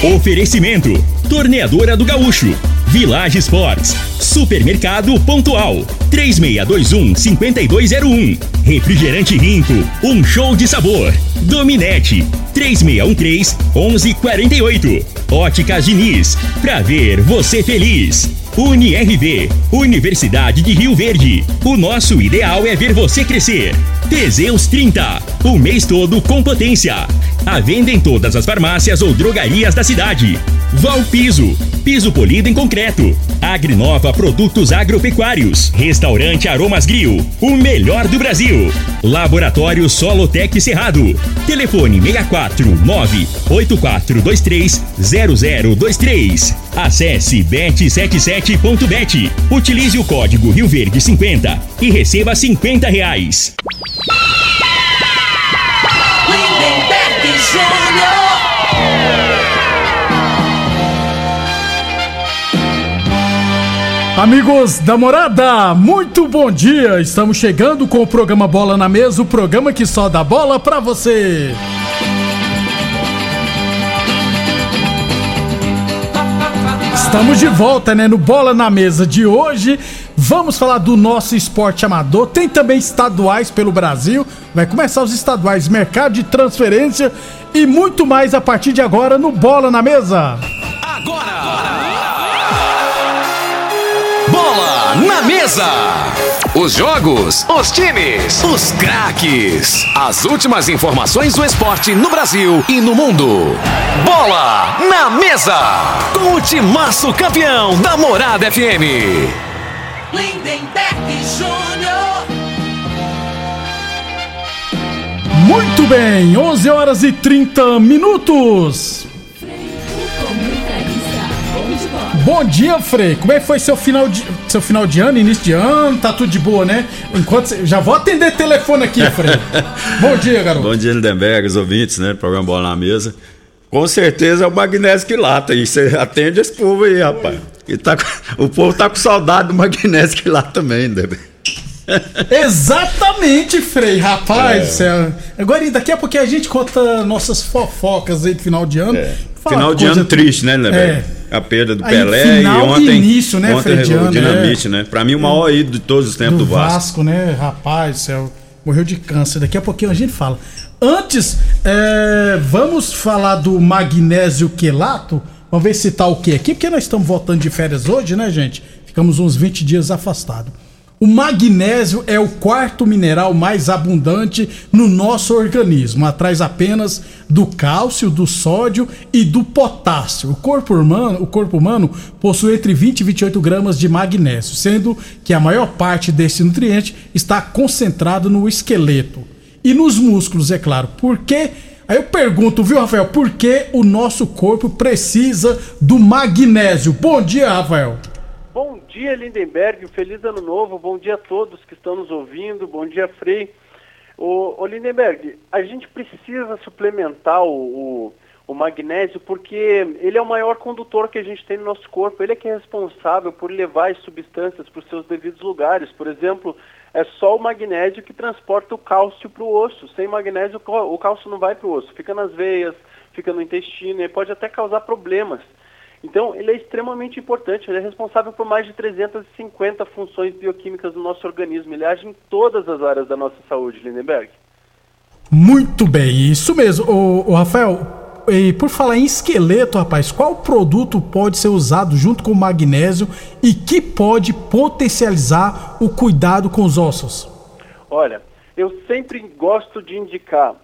Oferecimento: Torneadora do Gaúcho, Village Sports, Supermercado Pontual, 3621-5201, Refrigerante Rinco, um show de sabor, Dominete, 3613-1148, Óticas Diniz, pra ver você feliz. UniRV, Universidade de Rio Verde. O nosso ideal é ver você crescer. Teseus 30, o mês todo com potência. À venda em todas as farmácias ou drogarias da cidade. Valpiso, piso polido em concreto. Agrinova Produtos Agropecuários. Restaurante Aromas Grill, o melhor do Brasil. Laboratório Solotec Cerrado. Telefone 649-8423-0023. Acesse bet77.bet. Utilize o código Rio Verde 50 e receba R$50. Lindenberg Júnior. Amigos da Morada, muito bom dia! Estamos chegando com o programa Bola na Mesa, o programa que só dá bola pra você. Estamos de volta, no Bola na Mesa de hoje. Vamos falar do nosso esporte amador. Tem também estaduais pelo Brasil. Vai começar os estaduais, mercado de transferência e muito mais a partir de agora no Bola na Mesa. Agora! Bola na Mesa! Os jogos, os times, os craques. As últimas informações do esporte no Brasil e no mundo. Bola na Mesa! Com o timaço campeão da Morada FM. Lindenberg Júnior. Muito bem, 11h30. Bom dia, Frei. Como é que foi seu final de ano, início de ano? Tá tudo de boa, né? Já vou atender telefone aqui, Frei. Bom dia, garoto. Bom dia, Lindenberg, os ouvintes, né? Programa Bola na Mesa. Com certeza é o Magnésio que lata. E você atende esse povo aí, rapaz. O povo tá com saudade do Magnésio que lata também, Lindenberg. Exatamente, Frei, rapaz do céu. Agora, daqui a pouquinho a gente conta nossas fofocas aí de final de ano. Final de ano triste, né, Lindenberg? A perda do Pelé final e ontem, início, né, ontem o Dinamite, né? Pra mim, o maior ídolo de todos os tempos do Vasco. Né, rapaz do céu, morreu de câncer. Daqui a pouquinho a gente fala. Antes, vamos falar do magnésio quelato. Vamos ver se tá o que aqui, porque nós estamos voltando de férias hoje, né, gente? Ficamos uns 20 dias afastados. O magnésio é o quarto mineral mais abundante no nosso organismo, atrás apenas do cálcio, do sódio e do potássio. O corpo humano possui entre 20 e 28 gramas de magnésio, sendo que a maior parte desse nutriente está concentrado no esqueleto e nos músculos, é claro. Por quê? Aí eu pergunto, viu, Rafael, por que o nosso corpo precisa do magnésio? Bom dia, Rafael. Bom dia, Lindenberg, feliz ano novo, bom dia a todos que estão nos ouvindo, bom dia, Frei. Ô Lindenberg, a gente precisa suplementar o magnésio porque ele é o maior condutor que a gente tem no nosso corpo, ele é que é responsável por levar as substâncias para os seus devidos lugares. Por exemplo, é só o magnésio que transporta o cálcio para o osso. Sem magnésio o cálcio não vai para o osso, fica nas veias, fica no intestino e pode até causar problemas. Então, ele é extremamente importante, ele é responsável por mais de 350 funções bioquímicas do nosso organismo, ele age em todas as áreas da nossa saúde, Lindenberg. Muito bem, isso mesmo. Ô Rafael, e por falar em esqueleto, rapaz, qual produto pode ser usado junto com o magnésio e que pode potencializar o cuidado com os ossos? Olha, eu sempre gosto de indicar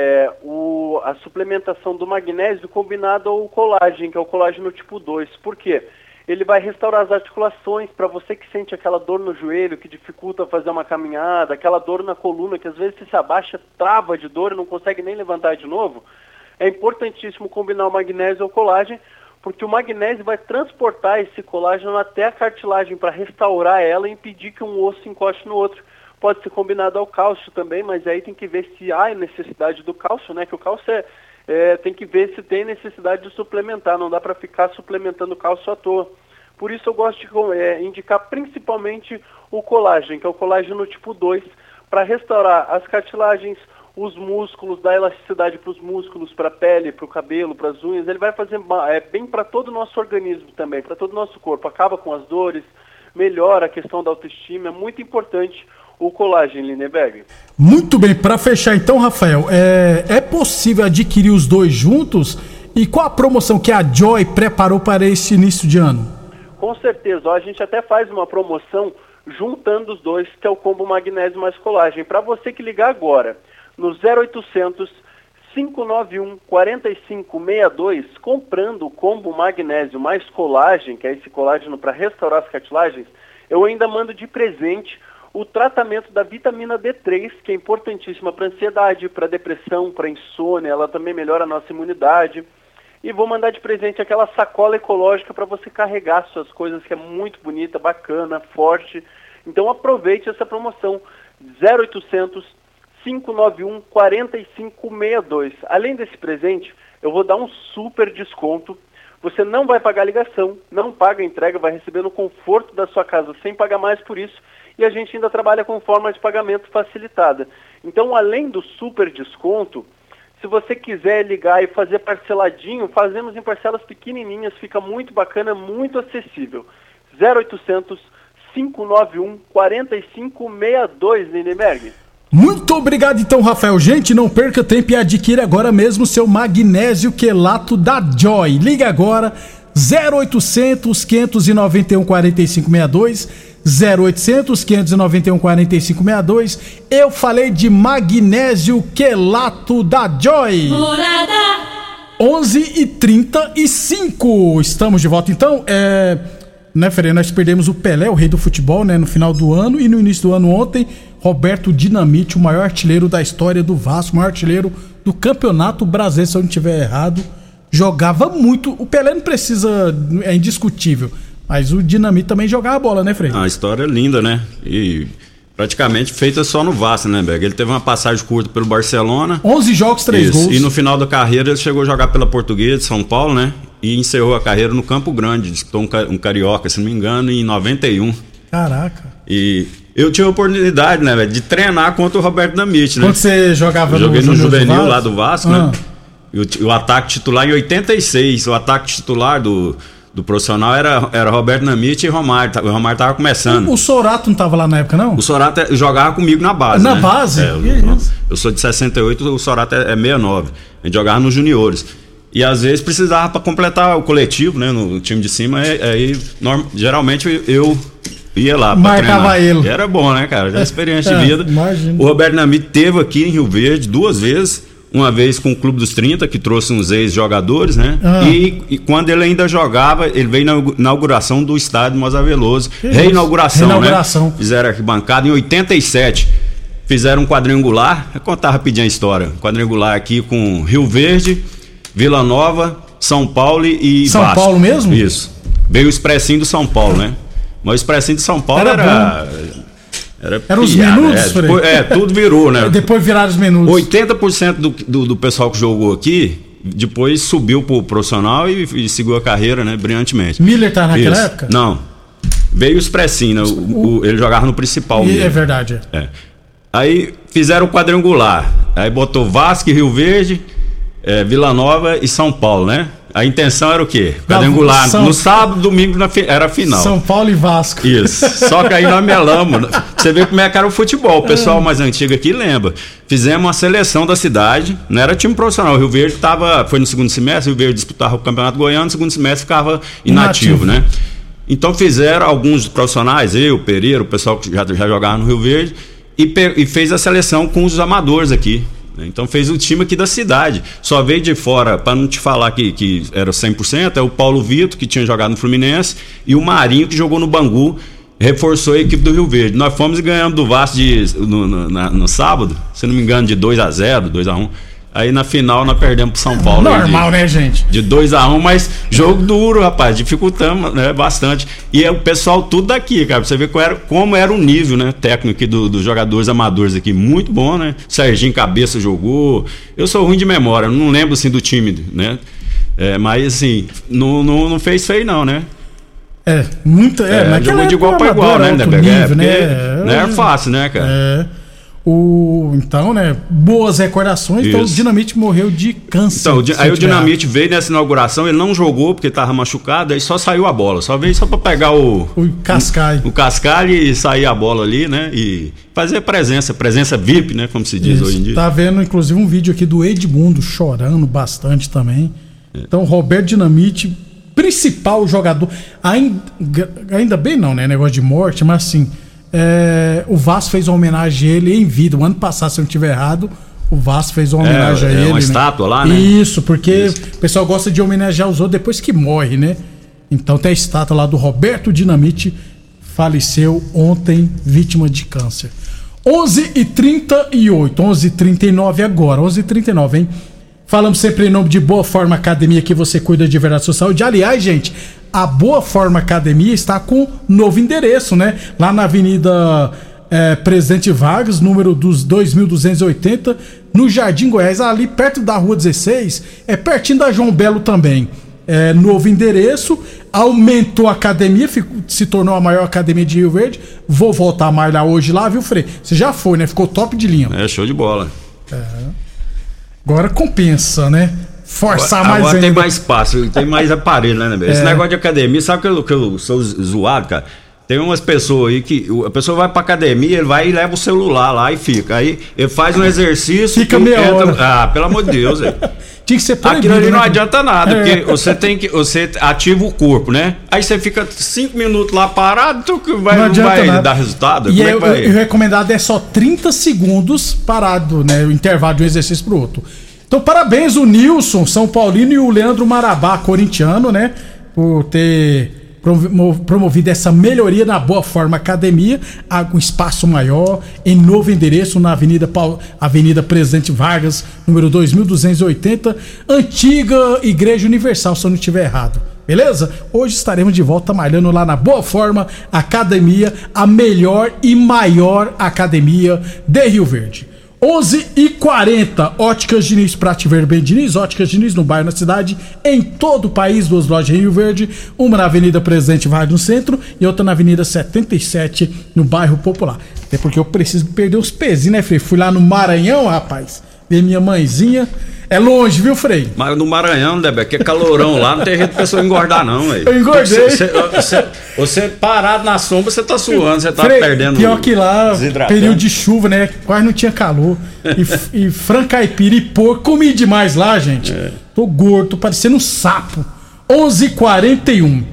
a suplementação do magnésio combinado ao colágeno, que é o colágeno tipo 2. Por quê? Ele vai restaurar as articulações. Para você que sente aquela dor no joelho, que dificulta fazer uma caminhada, aquela dor na coluna, que às vezes você se abaixa, trava de dor e não consegue nem levantar de novo, é importantíssimo combinar o magnésio ao colágeno, porque o magnésio vai transportar esse colágeno até a cartilagem para restaurar ela e impedir que um osso encoste no outro. Pode ser combinado ao cálcio também, mas aí tem que ver se há necessidade do cálcio, né? Que o cálcio tem que ver se tem necessidade de suplementar, não dá para ficar suplementando cálcio à toa. Por isso eu gosto de indicar principalmente o colágeno, que é o colágeno tipo 2, para restaurar as cartilagens, os músculos, dá elasticidade para os músculos, para a pele, para o cabelo, para as unhas. Ele vai fazer bem para todo o nosso organismo também, para todo o nosso corpo. Acaba com as dores, melhora a questão da autoestima. É muito importante o colágeno, Lindenberg. Muito bem, para fechar então, Rafael, é possível adquirir os dois juntos? E qual a promoção que a Joy preparou para esse início de ano? Com certeza, a gente até faz uma promoção juntando os dois, que é o combo magnésio mais colágeno. Para você que ligar agora no 0800 591 4562, comprando o combo magnésio mais colágeno, que é esse colágeno para restaurar as cartilagens, eu ainda mando de presente o tratamento da vitamina D3, que é importantíssima para ansiedade, para depressão, para insônia, ela também melhora a nossa imunidade. E vou mandar de presente aquela sacola ecológica para você carregar suas coisas, que é muito bonita, bacana, forte. Então aproveite essa promoção, 0800 591 4562. Além desse presente, eu vou dar um super desconto. Você não vai pagar ligação, não paga entrega, vai receber no conforto da sua casa sem pagar mais por isso. E a gente ainda trabalha com forma de pagamento facilitada. Então, além do super desconto, se você quiser ligar e fazer parceladinho, fazemos em parcelas pequenininhas, fica muito bacana, muito acessível. 0800 591 4562, Lindenberg. Muito obrigado então, Rafael. Gente, não perca tempo e adquira agora mesmo seu magnésio quelato da Joy. Liga agora, 0800 591 4562, 0800 591 4562. Eu falei de magnésio quelato da Joy. 11h35. Estamos de volta então. Né, Ferreira, nós perdemos o Pelé, o rei do futebol, né, no final do ano, e no início do ano ontem, Roberto Dinamite, o maior artilheiro da história do Vasco, o maior artilheiro do Campeonato Brasileiro, se eu não estiver errado, jogava muito. O Pelé não precisa, é indiscutível, mas o Dinamite também jogava bola, né, Freire? A história é linda, né? E praticamente feita só no Vasco, né, Berg? Ele teve uma passagem curta pelo Barcelona. 11 jogos, 3 gols. E no final da carreira ele chegou a jogar pela Portuguesa de São Paulo, né? E encerrou a carreira no Campo Grande, disputou um carioca, se não me engano, em 91. Caraca. E eu tive a oportunidade, né, velho, de treinar contra o Roberto Dinamite, né? Quando você jogava Joguei no juvenil lá do Vasco, né? Ah. E o ataque titular em 86, o ataque titular do profissional era Roberto Dinamite e Romário. O Romário tava começando. O Sorato não tava lá na época, não? O Sorato jogava comigo na base, Na né? base? Eu sou de 68, o Sorato é 69. A gente jogava nos juniores. E às vezes precisava para completar o coletivo, né? No time de cima, geralmente eu ia lá para treinar. Marcava ele. E era bom, né, cara? Já é experiência de vida. Imagino. O Roberto Dinamite esteve aqui em Rio Verde 2 vezes. Uma vez com o Clube dos 30, que trouxe uns ex-jogadores, né? E quando ele ainda jogava, ele veio na inauguração do estádio Mozar Veloso. Reinauguração, né? Fizeram arquibancada em 87. Fizeram um quadrangular. Vou contar rapidinho a história. Um quadrangular aqui com Rio Verde, Vila Nova, São Paulo e São Vasco. Paulo mesmo? Isso. Veio o Expressinho do São Paulo, né? Mas o Expressinho de São Paulo era os minutos, tudo virou, né? Depois viraram os minutos. 80% do pessoal que jogou aqui depois subiu pro profissional e seguiu a carreira, né? Brilhantemente. Miller tá naquela época? Não. Veio o Expressinho, né? Ele jogava no principal. É verdade. Aí fizeram o quadrangular. Aí botou Vasco e Rio Verde, Vila Nova e São Paulo, né? A intenção era o quê? Quadrangular. No sábado, domingo era a final. São Paulo e Vasco. Isso. Só que aí nós melamos. Você vê como é que era o futebol. O pessoal mais antigo aqui lembra. Fizemos uma seleção da cidade. Não era time profissional. O Rio Verde foi no segundo semestre. O Rio Verde disputava o Campeonato Goiano. No segundo semestre ficava inativo, né? Então fizeram alguns profissionais, eu, Pereira, o pessoal que já jogava no Rio Verde. E fez a seleção com os amadores aqui. Então fez o time aqui da cidade. Só veio de fora, para não te falar que era 100%, é o Paulo Vitor, que tinha jogado no Fluminense, e o Marinho, que jogou no Bangu, reforçou a equipe do Rio Verde. Nós fomos e ganhamos do Vasco no sábado, se não me engano, de 2-0, 2-1. Aí na final nós perdemos pro São Paulo. Normal, né, gente? De 2-1, mas jogo duro, rapaz, dificultamos, né, bastante. E o pessoal tudo daqui, cara, pra você ver como era o nível, né, técnico aqui dos jogadores amadores aqui, muito bom, né? Serginho Cabeça jogou. Eu sou ruim de memória, não lembro assim do time, né? Mas assim, não fez feio não, né? Mas jogou de igual para igual, né? Nível, né? Não é fácil, né, cara? Então, né, boas recordações. Então o Dinamite morreu de câncer. Então, aí o Dinamite veio nessa inauguração, ele não jogou porque estava machucado, aí só saiu a bola. Só veio só para pegar o cascalho e sair a bola ali, né? E fazer presença VIP, né? Como se diz hoje em dia. Tá vendo, inclusive, um vídeo aqui do Edmundo chorando bastante também. Então, Roberto Dinamite, principal jogador. Ainda bem não, né? Negócio de morte, mas assim. O Vasco fez uma homenagem a ele em vida. O ano passado, se eu não estiver errado, o Vasco fez uma homenagem a ele. Uma estátua lá, né? Isso, porque o pessoal gosta de homenagear os outros depois que morre, né? Então tem a estátua lá do Roberto Dinamite, faleceu ontem, vítima de câncer. 11h38, 11h39 agora, 11h39, hein? Falamos sempre em nome de Boa Forma Academia, que você cuida de verdade sua saúde. Aliás, gente, a Boa Forma Academia está com novo endereço, né? Lá na Avenida Presidente Vargas, número dos 2280, no Jardim Goiás, ali perto da Rua 16, pertinho da João Belo também. Novo endereço, aumentou a academia, se tornou a maior academia de Rio Verde. Vou voltar a malhar hoje lá, viu, Frei? Você já foi, né? Ficou top de linha. Show de bola. Agora compensa, né? Forçar mais ainda. Agora tem mais espaço, tem mais aparelho, né, velho? Esse negócio de academia, sabe que eu sou zoado, cara? Tem umas pessoas aí que a pessoa vai pra academia, ele vai e leva o celular lá e fica. Aí ele faz um exercício. Fica meia hora. Pelo amor de Deus, velho. Tinha que ser proibido, aquilo ali não né? adianta nada, porque você ativa o corpo, né? Aí você fica 5 minutos lá parado, tu não vai dar resultado. E o recomendado é só 30 segundos parado, né? O intervalo de um exercício pro outro. Então, parabéns o Nilson, São Paulino, e o Leandro Marabá, corintiano, né? Por ter promovido essa melhoria na Boa Forma Academia, um espaço maior, em novo endereço na Avenida Presidente Vargas, número 2280, antiga Igreja Universal, se eu não estiver errado. Beleza? Hoje estaremos de volta malhando lá na Boa Forma Academia, a melhor e maior academia de Rio Verde. 11h40, Óticas Diniz, pra te ver bem, Diniz. Óticas Diniz no bairro, na cidade, em todo o país. 2 lojas em Rio Verde, uma na Avenida Presidente Vargas no centro e outra na Avenida 77 no bairro Popular. Até porque eu preciso perder os pezinhos, né, Frei? Fui lá no Maranhão, rapaz, ver minha mãezinha. É longe, viu, Frei? Mas no Maranhão, Débora, que é calorão lá, não tem jeito de pessoa engordar, não, velho. Eu engordei. Você parado na sombra, você tá suando, você tá Frei, perdendo. Pior que lá, período de chuva, né? Quase não tinha calor. E frango caipira e porco, comi demais lá, gente. Tô gordo, tô parecendo um sapo. 11h41.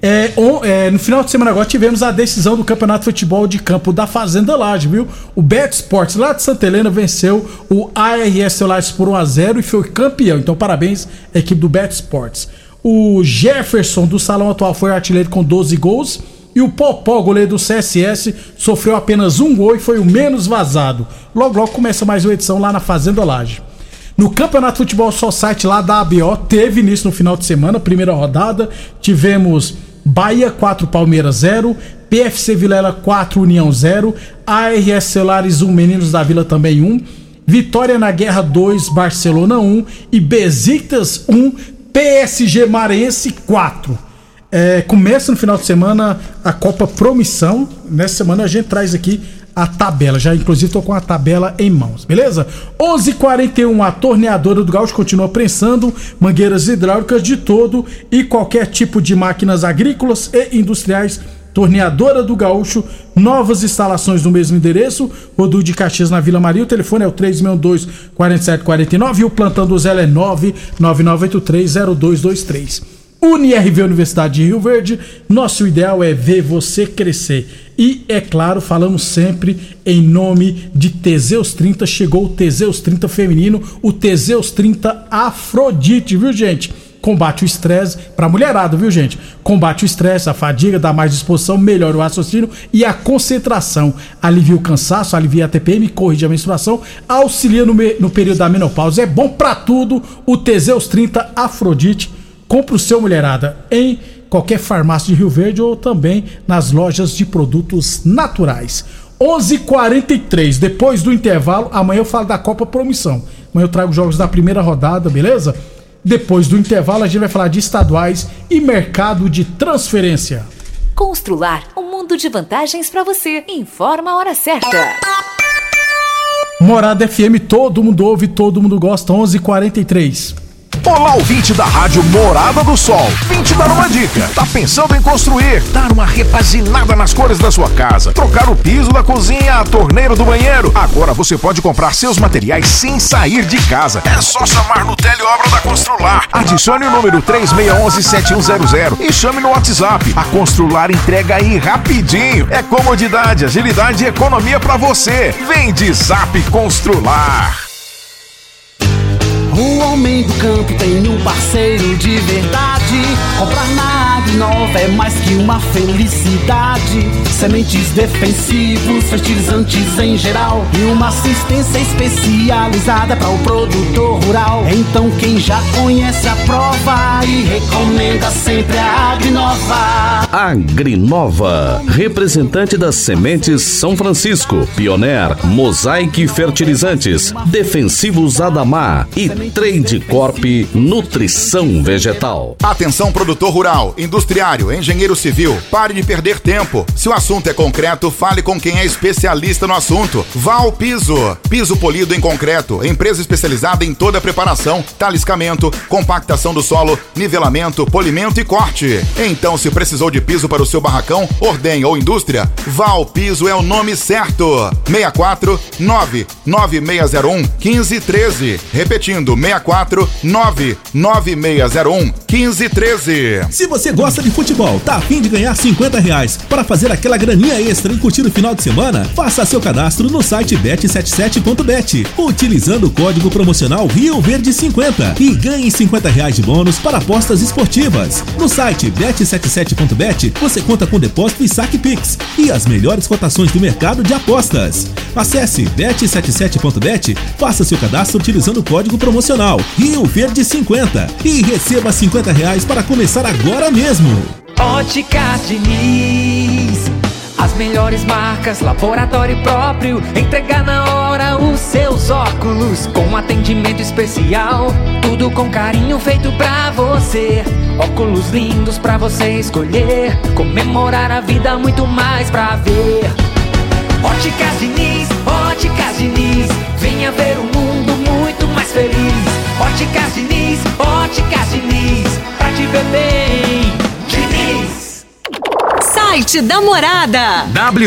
No final de semana agora tivemos a decisão do Campeonato de Futebol de Campo da Fazenda Laje, viu? O Bet Sports lá de Santa Helena venceu o ARS Celulares por 1-0 e foi campeão. Então parabéns à equipe do Bet Sports. O Jefferson do Salão Atual foi artilheiro com 12 gols. E o Popó, goleiro do CSS, sofreu apenas 1 gol e foi o menos vazado. Logo começa mais uma edição lá na Fazenda Laje. No Campeonato de Futebol Society lá da ABO, teve início no final de semana, primeira rodada. Tivemos Bahia 4, Palmeiras 0, PFC Vilela 4, União 0, ARS Celulares 1, Meninos da Vila também 1, Vitória na Guerra 2, Barcelona 1 e Besiktas 1, PSG Marense 4. Começa no final de semana a Copa Promissão. Nessa semana a gente traz aqui a tabela, já inclusive tô com a tabela em mãos, beleza? 11h41, a torneadora do Gaúcho continua prensando mangueiras hidráulicas de todo e qualquer tipo de máquinas agrícolas e industriais. Torneadora do Gaúcho, novas instalações no mesmo endereço, Rodul de Caxias na Vila Maria. O telefone é o 362-4749 e o plantão do Zé é 999830223. UniRV, Universidade de Rio Verde, nosso ideal é ver você crescer. E, é claro, falamos sempre em nome de Teseus 30, chegou o Teseus 30 feminino, o Teseus 30 Afrodite, viu, gente? Combate o estresse, pra mulherada, viu, gente? Combate o estresse, a fadiga, dá mais disposição, melhora o raciocínio e a concentração. Alivia o cansaço, alivia a TPM, corrige a menstruação, auxilia no período da menopausa. É bom pra tudo o Teseus 30 Afrodite. Compre o seu, mulherada, em qualquer farmácia de Rio Verde ou também nas lojas de produtos naturais. 11h43, depois do intervalo, amanhã eu falo da Copa Promissão. Amanhã eu trago jogos da primeira rodada, beleza? Depois do intervalo a gente vai falar de estaduais e mercado de transferência. Constrular um mundo de vantagens para você. Informa a hora certa. Morada FM, todo mundo ouve, todo mundo gosta, 11h43. Olá, ouvinte da Rádio Morada do Sol. Vim te dar uma dica. Tá pensando em construir, dar uma repaginada nas cores da sua casa, trocar o piso da cozinha, a torneira do banheiro? Agora você pode comprar seus materiais sem sair de casa. É só chamar no Teleobra da Constrular. Adicione o número 3611-7100 e chame no WhatsApp. A Constrular entrega aí rapidinho. É comodidade, agilidade e economia pra você. Vem de Zap Constrular. O homem do campo tem um parceiro de verdade. Comprar na Agrinova é mais que uma felicidade. Sementes defensivos, fertilizantes em geral e uma assistência especializada para o produtor rural. Então quem já conhece a prova e recomenda sempre a Agrinova. Agrinova, representante das sementes São Francisco, Pioneer, Mosaic Fertilizantes, Defensivos Adamar e Trade Corp Nutrição Vegetal. Atenção, produtor rural, industriário, engenheiro civil, pare de perder tempo. Se o assunto é concreto, fale com quem é especialista no assunto. Val Piso, piso polido em concreto, empresa especializada em toda a preparação, taliscamento, compactação do solo, nivelamento, polimento e corte. Então, se precisou de piso para o seu barracão, ordem ou indústria, Val Piso é o nome certo. 64 99601 1513. Repetindo, 64 99601 1513. Se você gosta de futebol, tá a fim de ganhar R$50 para fazer aquela graninha extra e curtir o final de semana? Faça seu cadastro no site bet77.bet, utilizando o código promocional Rio Verde 50 e ganhe R$50 de bônus para apostas esportivas. No site bet77.bet você conta com depósito e saque Pix e as melhores cotações do mercado de apostas. Acesse bet77.bet, faça seu cadastro utilizando o código promocional Rio Verde 50 e receba R$50 para começar agora mesmo. Óticas Diniz, as melhores marcas, laboratório próprio, entregar na hora os seus óculos, com atendimento especial, tudo com carinho feito pra você. Óculos lindos pra você escolher, comemorar a vida, muito mais pra ver. Óticas Diniz, venha ver um mundo muito mais feliz. Óticas Diniz, pra te ver bem, Diniz. Site da Morada,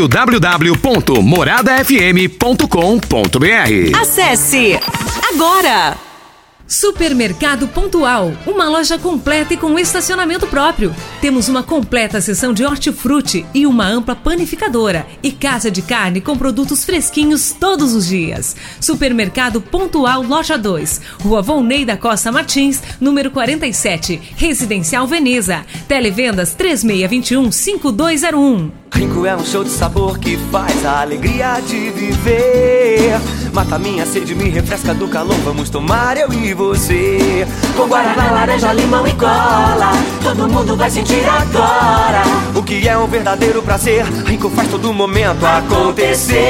www.moradafm.com.br. Acesse agora. Supermercado Pontual, uma loja completa e com estacionamento próprio. Temos uma completa seção de hortifruti e uma ampla panificadora e casa de carne com produtos fresquinhos todos os dias. Supermercado Pontual, Loja 2, Rua Volney da Costa Martins, número 47, Residencial Veneza. Televendas 3621-5201. Rinco é um show de sabor que faz a alegria de viver. Mata minha sede, me refresca do calor, vamos tomar eu e você. Com guaraná, laranja, limão e cola, todo mundo vai sentir agora o que é um verdadeiro prazer. Rinco faz todo momento acontecer.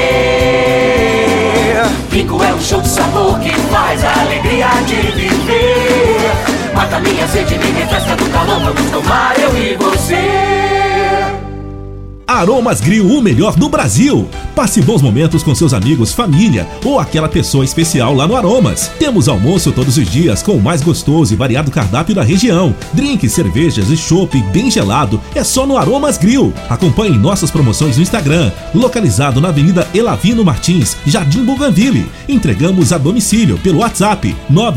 Rinco é um show de sabor que faz a alegria de viver. Mata minha sede, me refresca do calor, vamos tomar eu e você. Aromas Grill, o melhor do Brasil. Passe bons momentos com seus amigos, família ou aquela pessoa especial lá no Aromas. Temos almoço todos os dias com o mais gostoso e variado cardápio da região. Drinks, cervejas e chopp bem gelado é só no Aromas Grill. Acompanhe nossas promoções no Instagram, localizado na Avenida Elavino Martins, Jardim Bougainville. Entregamos a domicílio pelo WhatsApp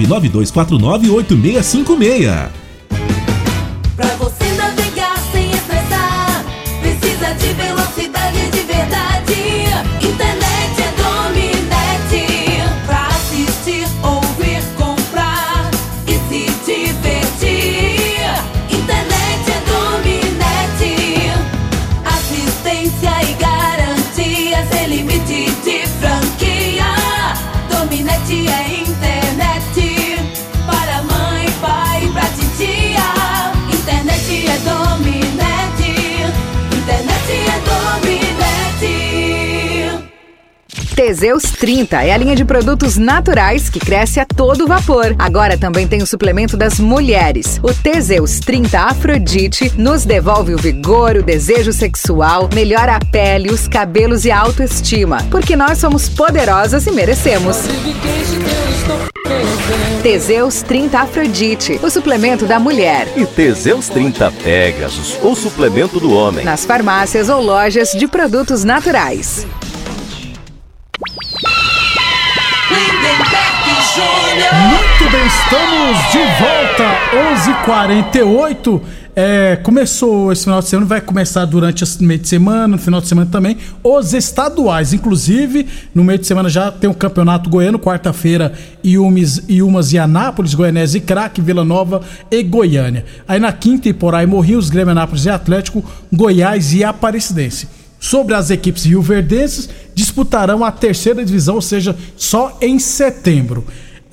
992498656. Pra você navegar sem estressar, precisa de velocidade de verdade. Internet é Dominete. Pra assistir, ouvir, comprar e se divertir. Internet é Dominete. Assistência e garantia sem limite de franquia. Dominete é internet para mãe, pai, pra titia. Internet é Dominete. Internet é Dominete. Teseus 30 é a linha de produtos naturais que cresce a todo vapor. Agora também tem o suplemento das mulheres. O Teseus 30 Afrodite nos devolve o vigor, o desejo sexual, melhora a pele, os cabelos e a autoestima. Porque nós somos poderosas e merecemos. Teseus 30 Afrodite, o suplemento da mulher. E Teseus 30 Pegasus, o suplemento do homem. Nas farmácias ou lojas de produtos naturais. Muito bem, estamos de volta, 11h48. Começou esse final de semana, vai começar durante o meio de semana, no final de semana também, os estaduais. Inclusive, no meio de semana já tem o Campeonato Goiano, quarta-feira, Umas e Anápolis, Goianésia e Craque, Vila Nova e Goiânia. Aí na quinta, Iporá e Morrinhos, Grêmio, Anápolis e Atlético, Goiás e Aparecidense. Sobre as equipes rioverdenses, disputarão a terceira divisão, ou seja, só em setembro.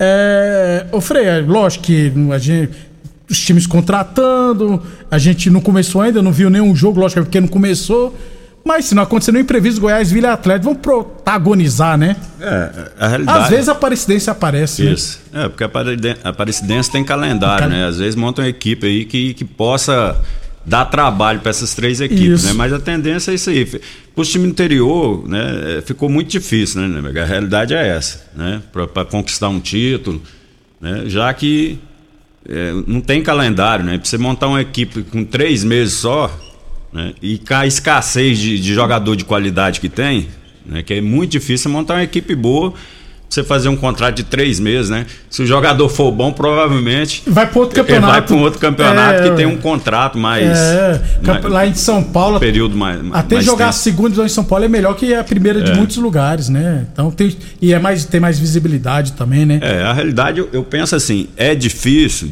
Ô Frei, lógico que os times contratando, a gente não começou ainda, não viu nenhum jogo, lógico porque não começou, mas se não acontecer nenhum imprevisto, Goiás, Vila e Atlético vão protagonizar, né? A realidade... Às vezes a Aparecidense aparece, isso, né? Porque a Aparecidense tem calendário, né? Às vezes monta uma equipe aí que possa dar trabalho para essas três equipes, né? Mas a tendência é isso aí. Para os times interior, né, ficou muito difícil, né? A realidade é essa, né? Para conquistar um título, né? Já que não tem calendário, né? Para você montar uma equipe com 3 meses só, né? E com a escassez de jogador de qualidade que tem, né? Que é muito difícil montar uma equipe boa. Você fazer um contrato de 3 meses, né? Se o jogador for bom, provavelmente vai para outro campeonato. Vai para um outro campeonato que tem um contrato mais. Lá em São Paulo. Período mais. Até mais jogar tempo. A segunda divisão em São Paulo é melhor que a primeira de muitos lugares, né? Então tem mais visibilidade também, né? A realidade, eu penso assim, é difícil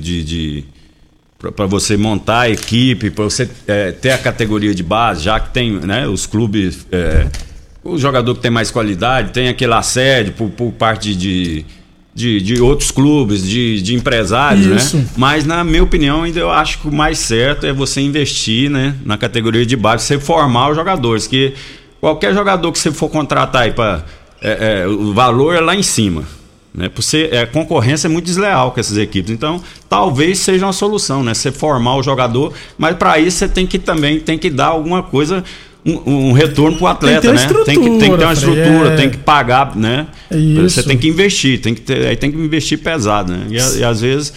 para você montar a equipe, para você ter a categoria de base, já que tem, né, os clubes. O jogador que tem mais qualidade, tem aquele assédio por parte de outros clubes, de empresários, né? Mas na minha opinião, ainda eu acho que o mais certo é você investir, né, na categoria de base, você formar os jogadores, que qualquer jogador que você for contratar aí o valor é lá em cima, né? A concorrência é muito desleal com essas equipes, então talvez seja uma solução, né? Você formar o jogador, mas para isso você tem que dar alguma coisa, um retorno pro atleta, né? Tem que ter uma estrutura, tem que pagar, né? Você tem que investir, tem que investir pesado, né? E às vezes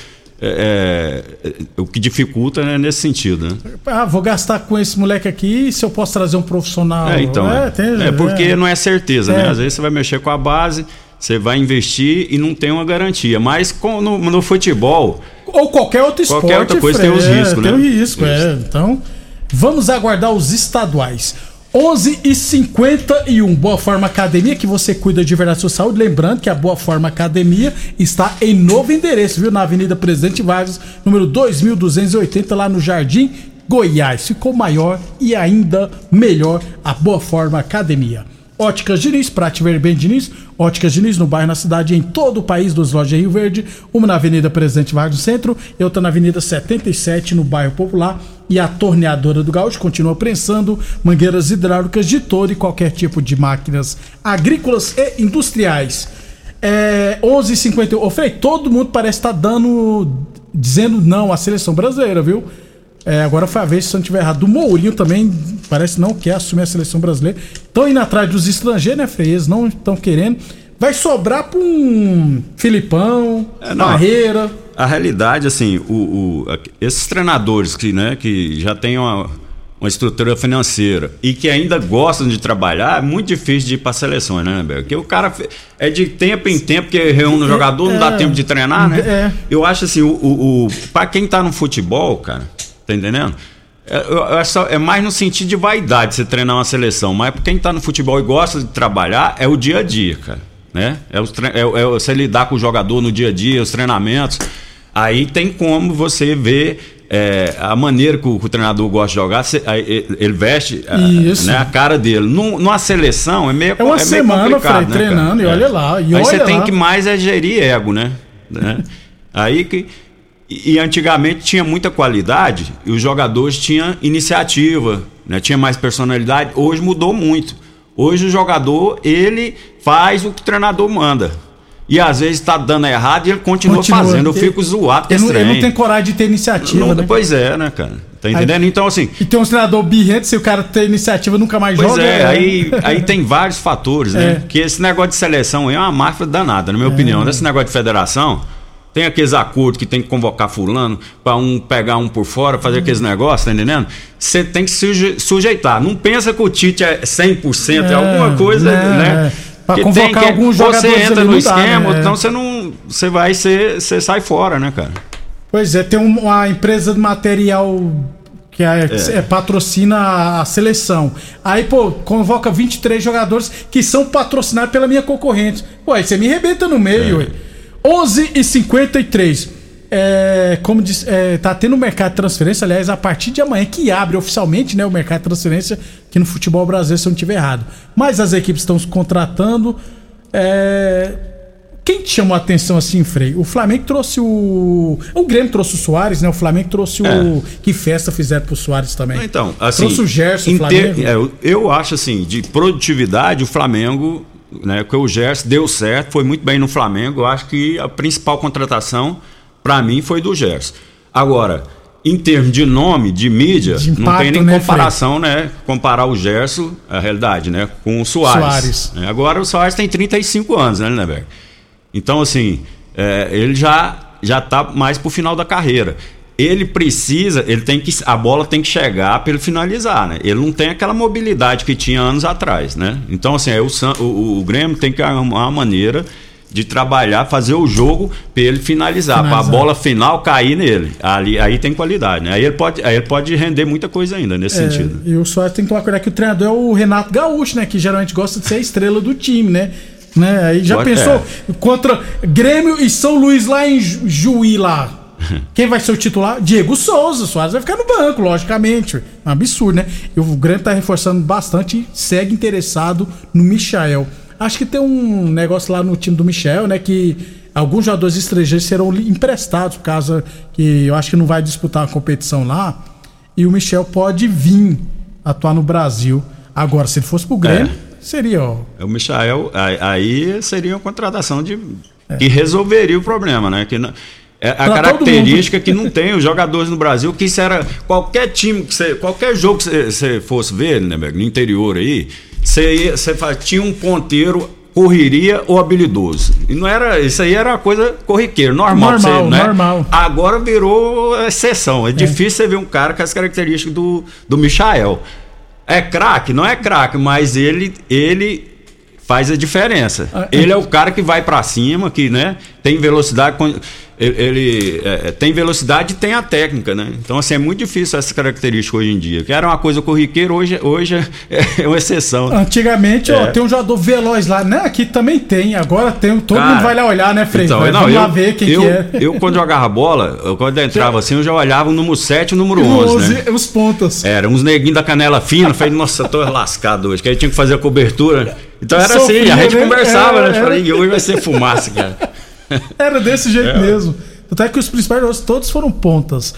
o que dificulta é nesse sentido, né? Vou gastar com esse moleque aqui, se eu posso trazer um profissional. Porque não é certeza, né? Às vezes você vai mexer com a base, você vai investir e não tem uma garantia. Mas no futebol ou qualquer outro esporte, qualquer outra coisa tem os riscos, né? Tem o risco, Então vamos aguardar os estaduais. 11h51, Boa Forma Academia, que você cuida de verdade da sua saúde. Lembrando que a Boa Forma Academia está em novo endereço, viu? Na Avenida Presidente Vargas, número 2280, lá no Jardim Goiás. Ficou maior e ainda melhor a Boa Forma Academia. Óticas Diniz, pra te ver bem, Diniz. Óticas Diniz no bairro, na cidade, em todo o país, dos lojas Rio Verde. Uma na Avenida Presidente Vargas no centro e outra na Avenida 77 no bairro Popular. E a Torneadora do Gaúcho continua prensando mangueiras hidráulicas de todo e qualquer tipo de máquinas agrícolas e industriais. 11h51. Ô Frei, todo mundo parece estar dizendo não à seleção brasileira, viu? Agora foi a vez, se eu não estiver errado, do Mourinho também parece não quer assumir a seleção brasileira. Estão indo atrás dos estrangeiros, né, Frei? Eles não estão querendo. Vai sobrar para um Filipão, Barreira. A realidade, assim, esses treinadores que já têm uma estrutura financeira e que ainda gostam de trabalhar, é muito difícil de ir para seleções, né, Beto? Porque o cara é de tempo em tempo que reúne o jogador, não dá tempo de treinar, né? Eu acho assim, para quem tá no futebol, cara, tá entendendo? É mais no sentido de vaidade você treinar uma seleção, mas para quem tá no futebol e gosta de trabalhar, é o dia a dia, cara, né? Você lidar com o jogador no dia a dia, os treinamentos, aí tem como você ver a maneira que o treinador gosta de jogar, ele veste né, a cara dele. Numa seleção é meio uma semana, meio complicado, Frei, treinando, e olha lá. Aí você tem que mais gerir ego, né? Aí que... E antigamente tinha muita qualidade e os jogadores tinham iniciativa, né? Tinha mais personalidade. Hoje mudou muito. Hoje o jogador, ele faz o que o treinador manda. E às vezes tá dando errado e ele continua fazendo. Eu fico zoado com esse trem. Ele não tem coragem de ter iniciativa, né? Pois é, né, cara? Tá entendendo? Então, assim... E tem um treinador birrento, se o cara tem iniciativa nunca mais pois joga. Aí tem vários fatores, né? Que esse negócio de seleção aí é uma máfia danada, na minha opinião. Esse negócio de federação, tem aqueles acordos que tem que convocar fulano pra pegar um por fora, fazer aqueles negócios, tá entendendo? Você tem que se sujeitar. Não pensa que o Tite é 100%, é alguma coisa, né? Pra convocar alguns jogadores. Você entra no esquema, então você não... Você sai fora, né, cara? Pois é, tem uma empresa de material que patrocina a seleção. Aí, pô, convoca 23 jogadores que são patrocinados pela minha concorrente. Pô, aí você me arrebenta no meio, ué. 11h53. Como diz, tá tendo mercado de transferência, aliás, a partir de amanhã, que abre oficialmente, né, o mercado de transferência aqui no futebol brasileiro, se eu não estiver errado. Mas as equipes estão se contratando. Quem te chamou a atenção assim, Frei? O Flamengo trouxe o Grêmio trouxe o Soares, né? O Flamengo trouxe Que festa fizeram pro Soares também. Então, assim, trouxe o Gerson, o Flamengo. Eu acho assim, de produtividade, o Flamengo, né? Porque o Gerson deu certo, foi muito bem no Flamengo. Eu acho que a principal contratação, pra mim, foi do Gerson. Agora, em termos de nome, de mídia, de impacto, não tem nem comparação, né? Comparar o Gerson, a realidade, né? Com o Soares. Agora o Soares tem 35 anos, né, Lindenberg? Então, assim, ele já tá mais pro final da carreira. A bola tem que chegar para ele finalizar, né? Ele não tem aquela mobilidade que tinha anos atrás, né? Então, assim, o Grêmio tem que arrumar uma maneira de trabalhar, fazer o jogo para ele finalizar, para a bola final cair nele. Aí tem qualidade, né? Aí ele pode render muita coisa ainda nesse sentido. E o Soares tem que tomar cuidado que o treinador é o Renato Gaúcho, né? Que geralmente gosta de ser a estrela do time, né? Aí já pensou contra Grêmio e São Luís lá em Juí lá. Quem vai ser o titular? Diego Souza. Soares vai ficar no banco, logicamente. É um absurdo, né? E o Grêmio tá reforçando bastante e segue interessado no Michael. Acho que tem um negócio lá no time do Michael, né? Que alguns jogadores estrangeiros serão emprestados, por causa que eu acho que não vai disputar a competição lá. E o Michael pode vir atuar no Brasil. Agora, se ele fosse pro Grêmio, seria, ó. O Michael, aí seria uma contratação que resolveria o problema, né? Que a característica que não tem os jogadores no Brasil, que isso era qualquer time, qualquer jogo que você fosse ver, né, no interior aí, você tinha um ponteiro, correria ou habilidoso. E não era, isso aí era uma coisa corriqueira, normal, né? Normal. Agora virou exceção. É difícil você ver um cara com as características do Michael. É craque? Não é craque, mas ele faz a diferença. Ele é o cara que vai pra cima, que, né, tem velocidade, ele tem velocidade e tem a técnica, né? Então, assim, é muito difícil essa característica hoje em dia. Que era uma coisa corriqueira, hoje é uma exceção. Antigamente, tem um jogador veloz lá, né? Aqui também tem, agora tem, todo mundo vai lá olhar, né, Frei? Então, vamos lá ver quem que é. Eu, quando jogava bola, quando eu entrava assim, eu já olhava o número 7 e o número 11, né? Os pontas. Era uns neguinhos da canela fina, falei, nossa, tô lascado hoje, que aí tinha que fazer a cobertura. Então era assim, a gente conversava, né? Falei, e hoje vai ser fumaça, cara. Era desse jeito mesmo. Até que os principais jogos todos foram pontas.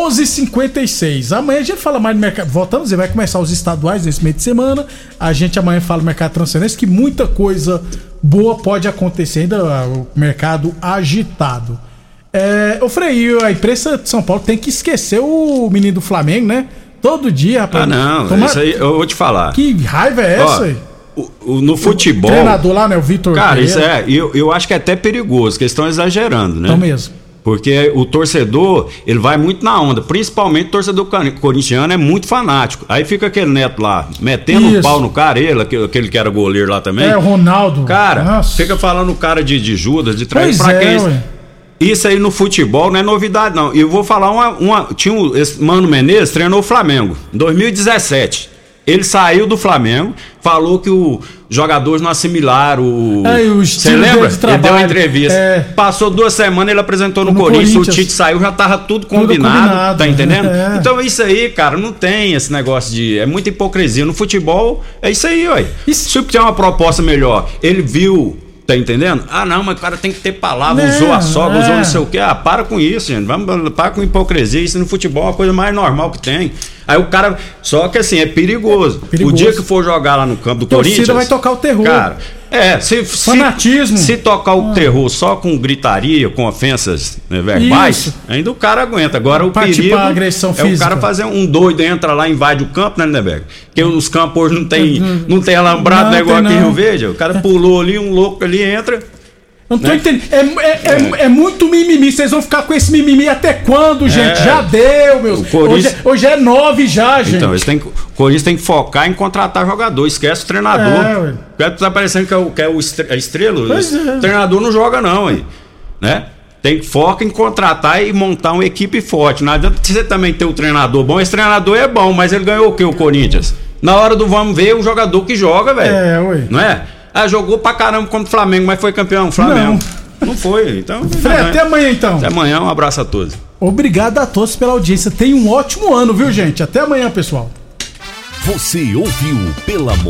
11h56. Amanhã a gente fala mais do mercado. Voltamos a dizer, vai começar os estaduais nesse meio de semana. A gente amanhã fala do mercado de transferência, que muita coisa boa pode acontecer ainda. O mercado agitado. Ô Frei, a imprensa de São Paulo tem que esquecer o menino do Flamengo, né? Todo dia, rapaz. Isso aí eu vou te falar. Que raiva é essa aí? No futebol. O treinador lá, né? O Vitor. Cara, isso eu acho que é até perigoso, que eles estão exagerando, né? Então mesmo. Porque o torcedor, ele vai muito na onda. Principalmente o torcedor corintiano é muito fanático. Aí fica aquele neto lá, metendo um pau no cara, aquele que era goleiro lá também. O Ronaldo. Cara, fica falando o cara de Judas, de trás pra quem. Isso aí no futebol não é novidade, não. E eu vou falar esse Mano Menezes treinou o Flamengo em 2017. Ele saiu do Flamengo, falou que os jogadores não assimilaram você lembra? Ele deu uma entrevista. Passou 2 semanas, ele apresentou no Corinthians, o Tite saiu, já tava tudo combinado. Tá entendendo? Então isso aí, cara, não tem esse negócio de... É muita hipocrisia. No futebol, é isso aí, ué. Se tem uma proposta melhor, ele viu Tá entendendo? Ah, não, mas o cara tem que ter palavra, usou a sogra, usou não sei o quê. Ah, para com isso, gente. Para com hipocrisia. Isso no futebol é a coisa mais normal que tem. Aí o cara. Só que assim, é perigoso. O dia que for jogar lá no campo do Corinthians. A torcida vai tocar o terror. Cara, fanatismo. Se tocar o terror só com gritaria, com ofensas, né, verbais, ainda o cara aguenta. Agora o perigo agressão é o cara fazer um doido, entra lá, invade o campo, né, Lindeberg? Porque os campos hoje não tem alambrado, né, igual aqui em Rio Verde. O cara pulou ali, um louco ali entra. Não tô entendendo. É muito mimimi. Vocês vão ficar com esse mimimi até quando, gente? Já deu, meus. Hoje é 9 já, gente. Então, o Corinthians tem que focar em contratar jogador. Esquece o treinador. Tá parecendo que é a estrela. O treinador não joga, não, aí. Né? Tem que focar em contratar e montar uma equipe forte. Não adianta você também ter um treinador bom. Esse treinador é bom, mas ele ganhou o quê, o Corinthians? Na hora do vamos ver, o jogador que joga, velho. Não é? Ah, jogou pra caramba contra o Flamengo, mas foi campeão Flamengo. Não foi, então. Até amanhã, então. Até amanhã, um abraço a todos. Obrigado a todos pela audiência. Tenha um ótimo ano, viu, gente? Até amanhã, pessoal. Você ouviu pela